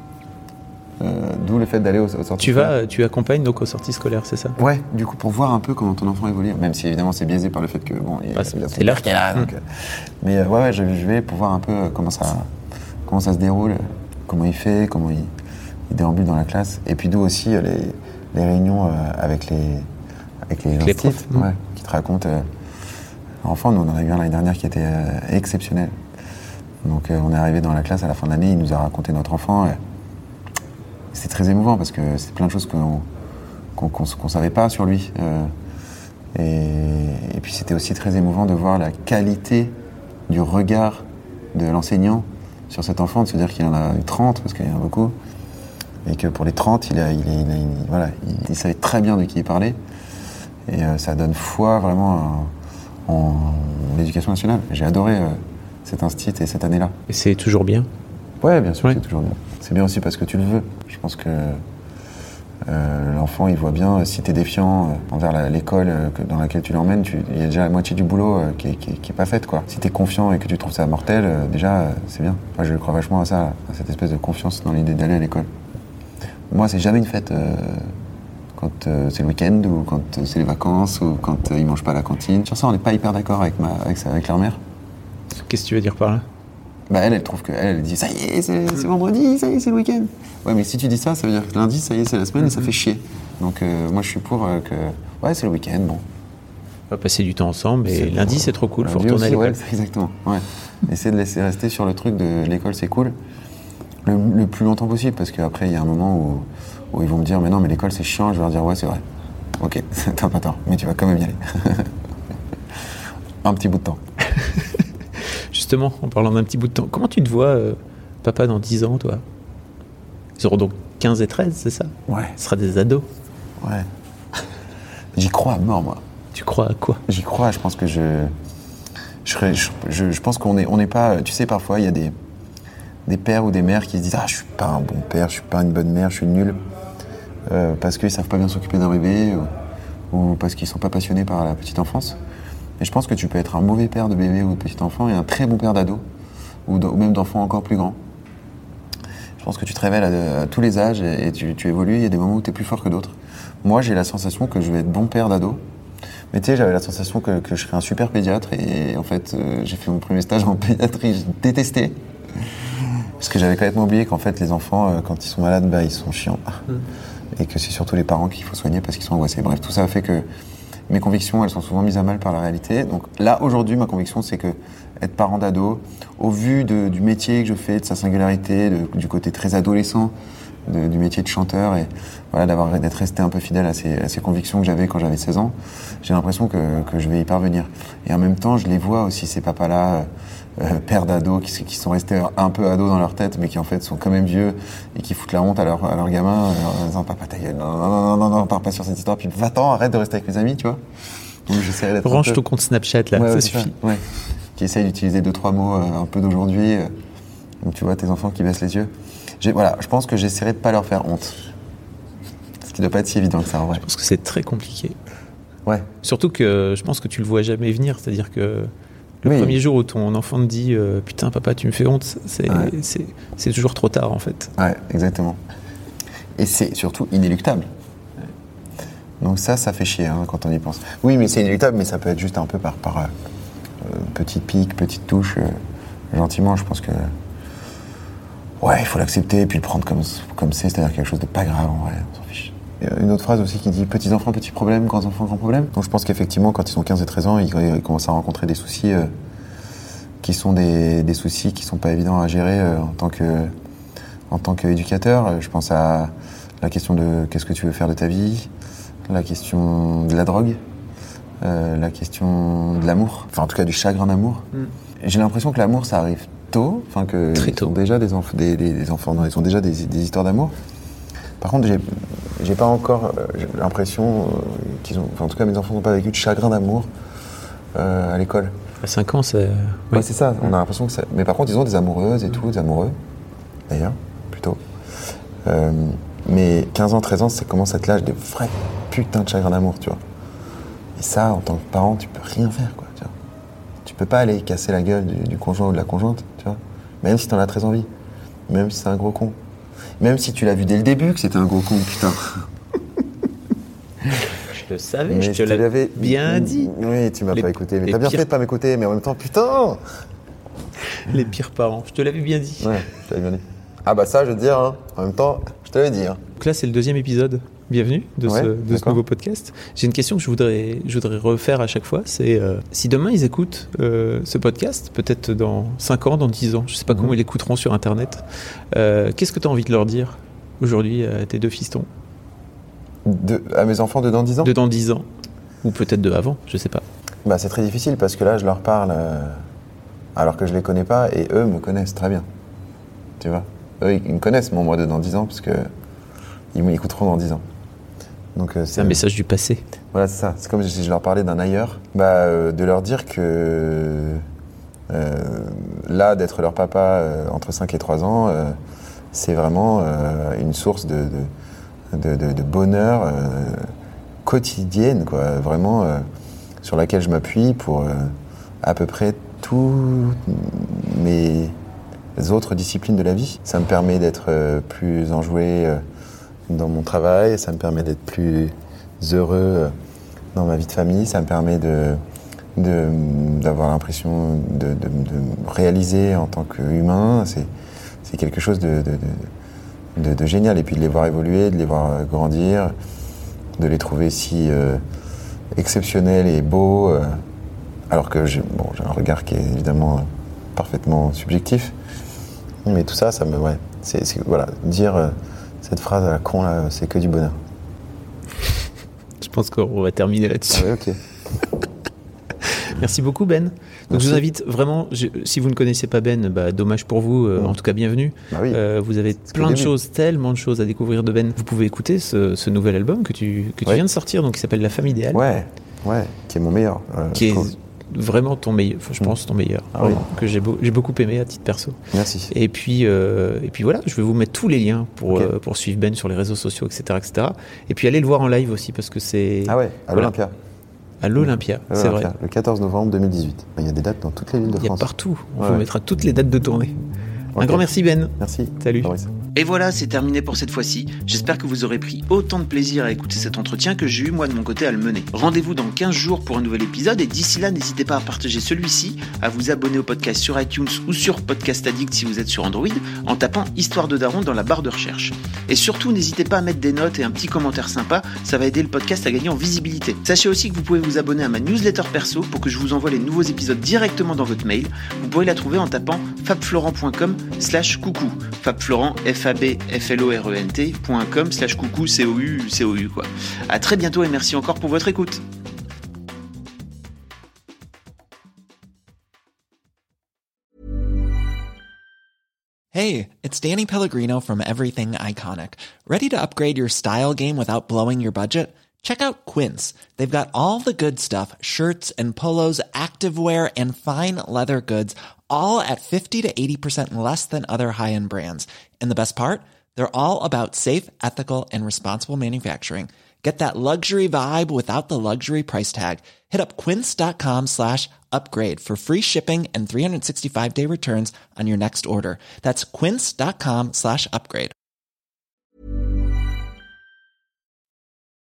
D'où le fait d'aller aux sorties scolaires. Tu accompagnes donc aux sorties scolaires, c'est ça? Ouais, du coup, pour voir un peu comment ton enfant évolue. Même si, évidemment, c'est biaisé par le fait que... Bon, c'est l'heure qu'elle a. Donc, mais ouais, je vais pour voir un peu comment ça se déroule, comment il fait, comment il déambule dans la classe. Et puis d'où aussi les réunions avec les profs, qui te racontent. Enfin, nous on en a eu un l'année dernière qui était exceptionnel. Donc on est arrivé dans la classe à la fin de l'année, il nous a raconté notre enfant. Et c'est très émouvant parce que c'est plein de choses qu'on savait pas sur lui. Et puis c'était aussi très émouvant de voir la qualité du regard de l'enseignant sur cet enfant, de se dire qu'il en a eu 30, parce qu'il y en a beaucoup, et que pour les 30, il savait très bien de qui il parlait. Et ça donne foi vraiment en l'éducation nationale. J'ai adoré cet institut et cette année-là. Et c'est toujours bien ? Ouais, bien sûr, c'est toujours bien. C'est bien aussi parce que tu le veux. Je pense que l'enfant, il voit bien, si t'es défiant envers l'école dans laquelle tu l'emmènes, il y a déjà la moitié du boulot qui est pas faite, quoi. Si t'es confiant et que tu trouves ça mortel, déjà, c'est bien. Moi, je crois vachement à ça, à cette espèce de confiance dans l'idée d'aller à l'école. Moi, c'est jamais une fête quand c'est le week-end ou quand c'est les vacances ou quand ils mangent pas à la cantine. Sur ça, on n'est pas hyper d'accord avec leur mère. Qu'est-ce que tu veux dire par là ? Bah elle trouve que elle dit ça y est, c'est vendredi, ça y est, c'est le week-end. Ouais, mais si tu dis ça, ça veut dire que lundi, ça y est, c'est la semaine et ça fait chier. Donc moi, je suis pour que ouais, c'est le week-end, bon. On va passer du temps ensemble et lundi, c'est trop cool, faut retourner à l'école. Ouais, exactement. Ouais. Essayer de laisser rester sur le truc de l'école, c'est cool, le plus longtemps possible, parce qu'après, il y a un moment où ils vont me dire, mais non, mais l'école, c'est chiant. Je vais leur dire, ouais, c'est vrai. Ok, t'as pas tort, mais tu vas quand même y aller. Un petit bout de temps. Justement, en parlant d'un petit bout de temps, comment tu te vois, papa, dans 10 ans, toi ? Ils auront donc 15 et 13, c'est ça ? Ouais. Ce sera des ados. Ouais. J'y crois à mort, moi. Tu crois à quoi ? J'y crois, je pense que je pense qu'on n'est pas... Tu sais, parfois, il y a des pères ou des mères qui se disent « Ah, je suis pas un bon père, je suis pas une bonne mère, je suis nul. » Parce qu'ils savent pas bien s'occuper d'un bébé ou parce qu'ils sont pas passionnés par la petite enfance. Et je pense que tu peux être un mauvais père de bébé ou de petit enfant et un très bon père d'ado, ou même d'enfant encore plus grand. Je pense que tu te révèles à tous les âges et tu évolues. Il y a des moments où tu es plus fort que d'autres. Moi, j'ai la sensation que je vais être bon père d'ado. Mais tu sais, j'avais la sensation que je serais un super pédiatre. Et en fait, j'ai fait mon premier stage en pédiatrie. J'ai détesté. Parce que j'avais complètement oublié qu'en fait, les enfants, quand ils sont malades, bah, ils sont chiants. Et que c'est surtout les parents qu'il faut soigner parce qu'ils sont angoissés. Bref, tout ça a fait que mes convictions, elles sont souvent mises à mal par la réalité. Donc là, aujourd'hui, ma conviction, c'est que être parent d'ado, au vu du métier que je fais, de sa singularité, du côté très adolescent, du métier de chanteur, et voilà, d'être resté un peu fidèle à ces convictions que j'avais quand j'avais 16 ans, j'ai l'impression que je vais y parvenir. Et en même temps, je les vois aussi, ces papas-là, pères d'ados, qui sont restés un peu ados dans leur tête, mais qui en fait sont quand même vieux, et qui foutent la honte à leurs gamins, en disant « Papa, ta gueule, non, pars pas sur cette histoire, puis va-t'en, arrête de rester avec mes amis, tu vois ». Donc j'essaierai d'être range ton compte Snapchat, là, ça suffit. Ouais. Qui essaye d'utiliser 2-3 mots un peu d'aujourd'hui, donc tu vois tes enfants qui baissent les yeux. Je pense que j'essaierai de pas leur faire honte. Ce qui doit pas être si évident que ça, en vrai. Je pense que c'est très compliqué. Ouais. Surtout que je pense que tu le vois jamais venir, c'est-à-dire que le premier jour où ton enfant te dit « Putain, papa, tu me fais honte », c'est toujours trop tard, en fait. Ouais, exactement. Et c'est surtout inéluctable. Donc ça fait chier quand on y pense. Oui, mais c'est inéluctable, mais ça peut être juste un peu par petite pique, petite touche, gentiment. Je pense que ouais, il faut l'accepter et puis le prendre comme c'est, c'est-à-dire quelque chose de pas grave, en vrai, on s'en fiche. Il y a une autre phrase aussi qui dit « Petits enfants, petits problèmes, grands enfants, grands problèmes ». Donc je pense qu'effectivement, quand ils ont 15 et 13 ans, ils commencent à rencontrer des soucis qui sont des soucis qui sont pas évidents à gérer en tant qu'éducateur. Je pense à la question de qu'est-ce que tu veux faire de ta vie, la question de la drogue, la question de l'amour, enfin en tout cas du chagrin d'amour. J'ai l'impression que l'amour, ça arrive tôt, enfin que très tôt. Ils ont déjà des enfants, non, ils ont déjà des histoires d'amour. Par contre, j'ai pas encore l'impression qu'ils ont, enfin en tout cas mes enfants n'ont pas vécu de chagrin d'amour à l'école. À 5 ans, c'est... Ouais, c'est ça, on a l'impression que ça... Mais par contre, ils ont des amoureuses et tout, des amoureux, d'ailleurs, plutôt. Mais 15 ans, 13 ans, ça commence à être l'âge des vrais putains de chagrin d'amour, tu vois. Et ça, en tant que parent, tu peux rien faire, quoi, tu vois. Tu peux pas aller casser la gueule du conjoint ou de la conjointe, tu vois. Même si t'en as très envie. Même si c'est un gros con. Même si tu l'as vu dès le début que c'était un gros con, putain. Je le savais, mais je te l'avais bien dit. Oui, tu m'as pas écouté, mais t'as bien fait de pas m'écouter, mais en même temps, putain. Les pires parents, je te l'avais bien dit. Ouais, je te l'avais bien dit. Ah bah ça, je veux te dire, en même temps, je te l'avais dit. Donc là, c'est le 2e épisode bienvenue de Ouais, ce nouveau podcast. J'ai une question que je voudrais refaire à chaque fois, c'est si demain ils écoutent ce podcast, peut-être dans 5 ans, dans 10 ans, je ne sais pas comment ils l'écouteront sur Internet, qu'est-ce que tu as envie de leur dire aujourd'hui à tes 2 fistons ? À mes enfants de dans 10 ans ? De dans 10 ans, ou peut-être de avant, je ne sais pas. Bah, c'est très difficile parce que là, je leur parle alors que je les connais pas et eux me connaissent très bien. Tu vois ? Eux, ils me connaissent, mon moi de dans 10 ans, parce que ils m'écouteront dans 10 ans. Donc, c'est un message du passé. Voilà, c'est ça. C'est comme si je leur parlais d'un ailleurs. De leur dire que là, d'être leur papa entre 5 et 3 ans, c'est vraiment une source de bonheur quotidienne, quoi. Vraiment, sur laquelle je m'appuie pour à peu près toutes mes autres disciplines de la vie. Ça me permet d'être plus enjoué dans mon travail, ça me permet d'être plus heureux dans ma vie de famille, ça me permet d'avoir l'impression de me réaliser en tant qu'humain. C'est quelque chose de de génial. Et puis de les voir évoluer, de les voir grandir, de les trouver si exceptionnels et beaux, alors que j'ai un regard qui est évidemment parfaitement subjectif. Mais tout ça, ça me... Ouais, voilà, dire cette phrase à la con, là, c'est que du bonheur. Je pense qu'on va terminer là-dessus. Ah oui, ok. Merci beaucoup, Ben. Donc, je vous invite vraiment, si vous ne connaissez pas Ben, dommage pour vous, en tout cas bienvenue. Bah oui. Vous avez plein de choses, tellement de choses à découvrir de Ben. Vous pouvez écouter ce nouvel album que tu viens de sortir, donc qui s'appelle La Femme Idéale. Ouais, qui est mon meilleur. Qui est vraiment ton meilleur, je pense ton meilleur, que j'ai beaucoup aimé à titre perso. Merci. Et puis voilà, je vais vous mettre tous les liens pour suivre Ben sur les réseaux sociaux, etc. Et puis allez le voir en live aussi, parce que c'est... Ah ouais, à l'Olympia. À l'Olympia, c'est vrai. Le 14 novembre 2018. Il y a des dates dans toutes les villes de France. Il y a partout. On vous mettra toutes les dates de tournée. Un grand merci, Ben. Merci. Salut. Fabrice. Et voilà, c'est terminé pour cette fois-ci. J'espère que vous aurez pris autant de plaisir à écouter cet entretien que j'ai eu moi de mon côté à le mener. Rendez-vous dans 15 jours pour un nouvel épisode et d'ici là, n'hésitez pas à partager celui-ci, à vous abonner au podcast sur iTunes ou sur Podcast Addict si vous êtes sur Android, en tapant Histoire de Daron dans la barre de recherche. Et surtout, n'hésitez pas à mettre des notes et un petit commentaire sympa, ça va aider le podcast à gagner en visibilité. Sachez aussi que vous pouvez vous abonner à ma newsletter perso pour que je vous envoie les nouveaux épisodes directement dans votre mail. Vous pourrez la trouver en tapant fabflorent.com/coucou. Fabflorent, FABFLORENT.com/coucou, COU, quoi. À très bientôt et merci encore pour votre écoute. Hey, it's Danny Pellegrino from Everything Iconic. Ready to upgrade your style game without blowing your budget? Check out Quince. They've got all the good stuff, shirts and polos, activewear, and fine leather goods, all at 50 to 80% less than other high-end brands. And the best part? They're all about safe, ethical, and responsible manufacturing. Get that luxury vibe without the luxury price tag. Hit up quince.com/upgrade for free shipping and 365-day returns on your next order. That's quince.com/upgrade.